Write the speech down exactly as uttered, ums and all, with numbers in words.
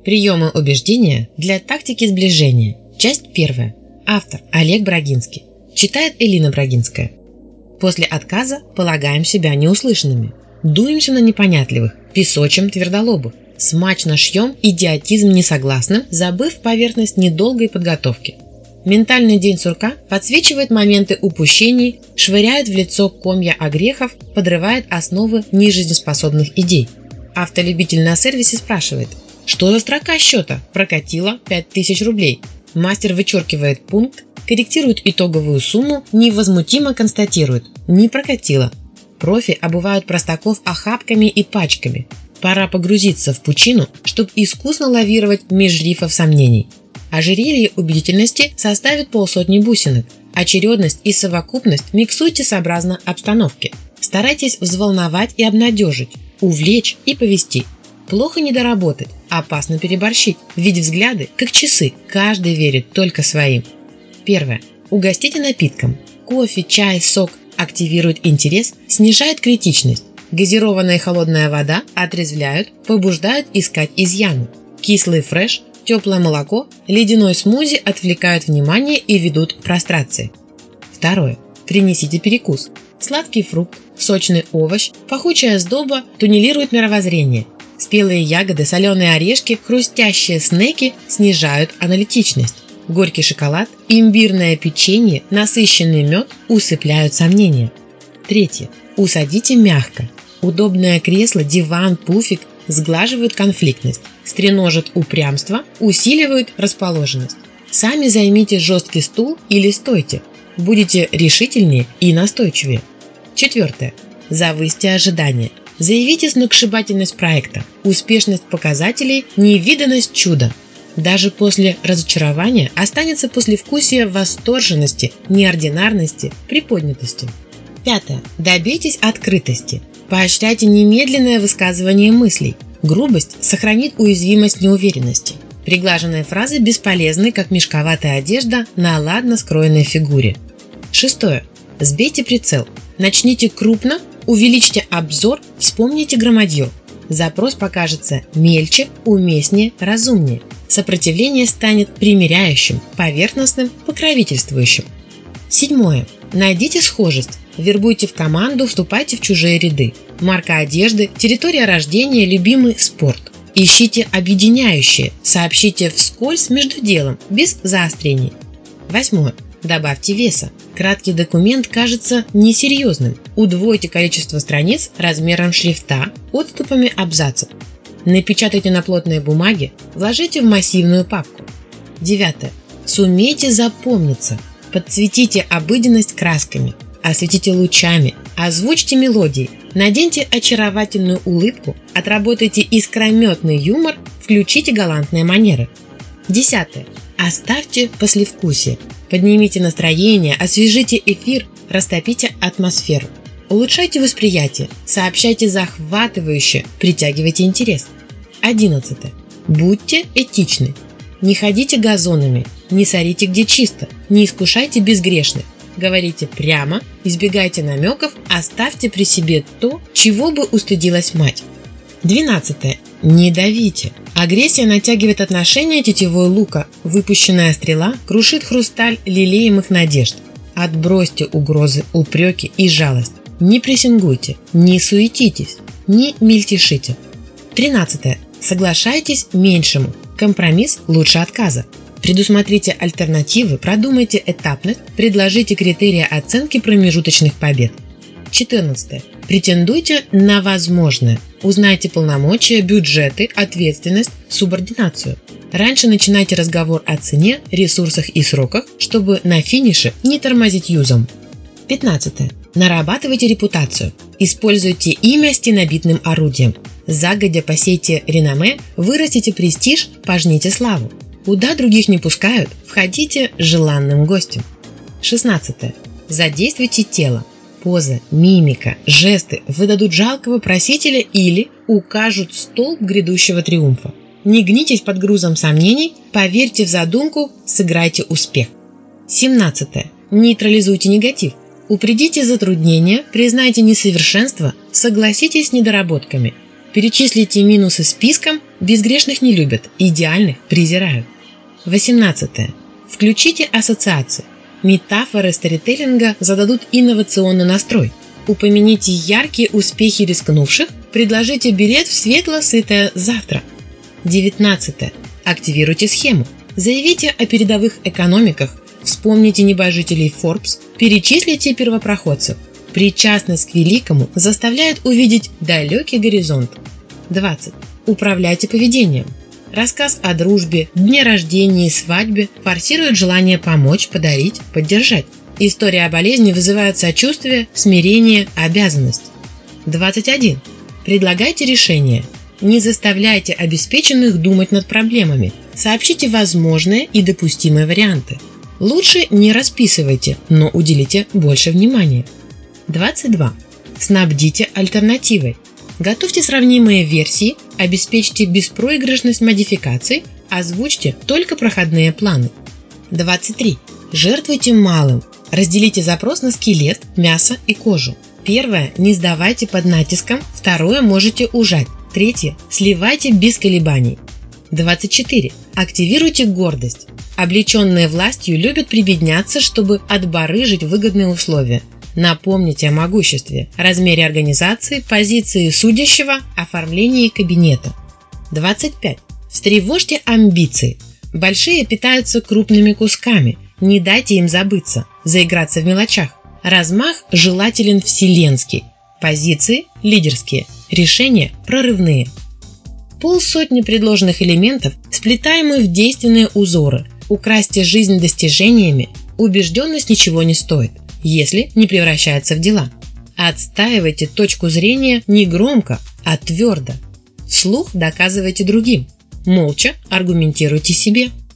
Приемы убеждения для тактики сближения. Часть первая. Автор Олег Брагинский. Читает Элина Брагинская. После отказа полагаем себя неуслышанными. Дуемся на непонятливых, песочим твердолобых. Смачно шьем идиотизм несогласным, забыв поверхность недолгой подготовки. Ментальный день сурка подсвечивает моменты упущений, швыряет в лицо комья огрехов, подрывает основы нежизнеспособных идей. Автолюбитель на сервисе спрашивает: что за строка счета? Прокатило пять тысяч рублей. Мастер вычеркивает пункт, корректирует итоговую сумму, невозмутимо констатирует: не прокатило. Профи обувают простаков охапками и пачками. Пора погрузиться в пучину, чтобы искусно лавировать меж рифов сомнений. Ожерелье убедительности составит полсотни бусинок. Очередность и совокупность миксуйте сообразно обстановке. Старайтесь взволновать и обнадежить, увлечь и повести. Плохо недоработать, опасно переборщить, ведь взгляды, как часы, каждый верит только своим. Первое. Угостите напитком. Кофе, чай, сок активируют интерес, снижают критичность. Газированная и холодная вода отрезвляют, побуждают искать изъяны. Кислый фреш, теплое молоко, ледяной смузи отвлекают внимание и ведут к прострации. Второе. Принесите перекус. Сладкий фрукт, сочный овощ, пахучая сдоба туннелирует мировоззрение. Спелые ягоды, соленые орешки, хрустящие снеки снижают аналитичность. Горький шоколад, имбирное печенье, насыщенный мед усыпляют сомнения. Третье. Усадите мягко. Удобное кресло, диван, пуфик сглаживают конфликтность, стреножат упрямство, усиливают расположенность. Сами займите жесткий стул или стойте. Будете решительнее и настойчивее. Четвертое. Завысьте ожидания. Заявите сногсшибательность проекта, успешность показателей, невиданность чуда. Даже после разочарования останется послевкусие восторженности, неординарности, приподнятости. Пятое. Добейтесь открытости. Поощряйте немедленное высказывание мыслей. Грубость сохранит уязвимость неуверенности. Приглаженные фразы бесполезны, как мешковатая одежда на ладно скроенной фигуре. Шестое. Сбейте прицел. Начните крупно, увеличьте обзор, вспомните громадье. Запрос покажется мельче, уместнее, разумнее. Сопротивление станет примиряющим, поверхностным, покровительствующим. Седьмое. Найдите схожесть. Вербуйте в команду, вступайте в чужие ряды. Марка одежды, территория рождения, любимый спорт. Ищите объединяющее. Сообщите вскользь между делом, без заострений. Восьмое. Добавьте веса. Краткий документ кажется несерьезным. Удвойте количество страниц размером шрифта, отступами абзацев. Напечатайте на плотной бумаге, вложите в массивную папку. Девятое. Сумейте запомниться. Подцветите обыденность красками. Осветите лучами. Озвучьте мелодии. Наденьте очаровательную улыбку. Отработайте искрометный юмор. Включите галантные манеры. Десятое. Оставьте послевкусие. Поднимите настроение, освежите эфир, растопите атмосферу. Улучшайте восприятие, сообщайте захватывающе, притягивайте интерес. Одиннадцатое. Будьте этичны. Не ходите газонами, не сорите где чисто, не искушайте безгрешных. Говорите прямо, избегайте намеков, оставьте при себе то, чего бы устыдилась мать. Двенадцатое. Не давите. Агрессия натягивает отношения тетивой лука. Выпущенная стрела крушит хрусталь лелеемых надежд. Отбросьте угрозы, упреки и жалость. Не прессингуйте, не суетитесь, не мельтешите. Тринадцатое. Соглашайтесь меньшему. Компромисс лучше отказа. Предусмотрите альтернативы, продумайте этапность, предложите критерии оценки промежуточных побед. четырнадцатое. Претендуйте на возможное. Узнайте полномочия, бюджеты, ответственность, субординацию. Раньше начинайте разговор о цене, ресурсах и сроках, чтобы на финише не тормозить юзом. пятнадцатое. Нарабатывайте репутацию. Используйте имя стенобитным орудием. Загодя посейте реноме, вырастите престиж, пожните славу. Куда других не пускают, входите желанным гостем. шестнадцатое. Задействуйте тело. Поза, мимика, жесты выдадут жалкого просителя или укажут столб грядущего триумфа. Не гнитесь под грузом сомнений, поверьте в задумку, сыграйте успех. семнадцатое. Нейтрализуйте негатив. Упредите затруднения, признайте несовершенство, согласитесь с недоработками. Перечислите минусы списком, безгрешных не любят, идеальных презирают. восемнадцатое. Включите ассоциации. Метафоры сторителлинга зададут инновационный настрой. Упомяните яркие успехи рискнувших, предложите билет в светло-сытое завтра. девятнадцатое. Активируйте схему. Заявите о передовых экономиках, вспомните небожителей Forbes, перечислите первопроходцев. Причастность к великому заставляет увидеть далекий горизонт. двадцать. Управляйте поведением. Рассказ о дружбе, дне рождения и свадьбе форсирует желание помочь, подарить, поддержать. История о болезни вызывает сочувствие, смирение, обязанность. двадцать один. Предлагайте решения. Не заставляйте обеспеченных думать над проблемами. Сообщите возможные и допустимые варианты. Лучше не расписывайте, но уделите больше внимания. двадцать два. Снабдите альтернативой. Готовьте сравнимые версии, обеспечьте беспроигрышность модификаций, озвучьте только проходные планы. двадцать три. Жертвуйте малым. Разделите запрос на скелет, мясо и кожу. Первое – не сдавайте под натиском, второе – можете ужать, третье – сливайте без колебаний. двадцать четыре. Активируйте гордость. Облеченные властью любят прибедняться, чтобы отбарыжить выгодные условия. Напомните о могуществе, размере организации, позиции судящего, оформлении кабинета. двадцать пять. Встревожьте амбиции. Большие питаются крупными кусками. Не дайте им забыться, заиграться в мелочах. Размах желателен вселенский. Позиции – лидерские. Решения – прорывные. Полсотни предложенных элементов, сплетаемые в действенные узоры. Украсьте жизнь достижениями. Убежденность ничего не стоит, если не превращается в дела. Отстаивайте точку зрения не громко, а твердо. Вслух доказывайте другим. Молча аргументируйте себе.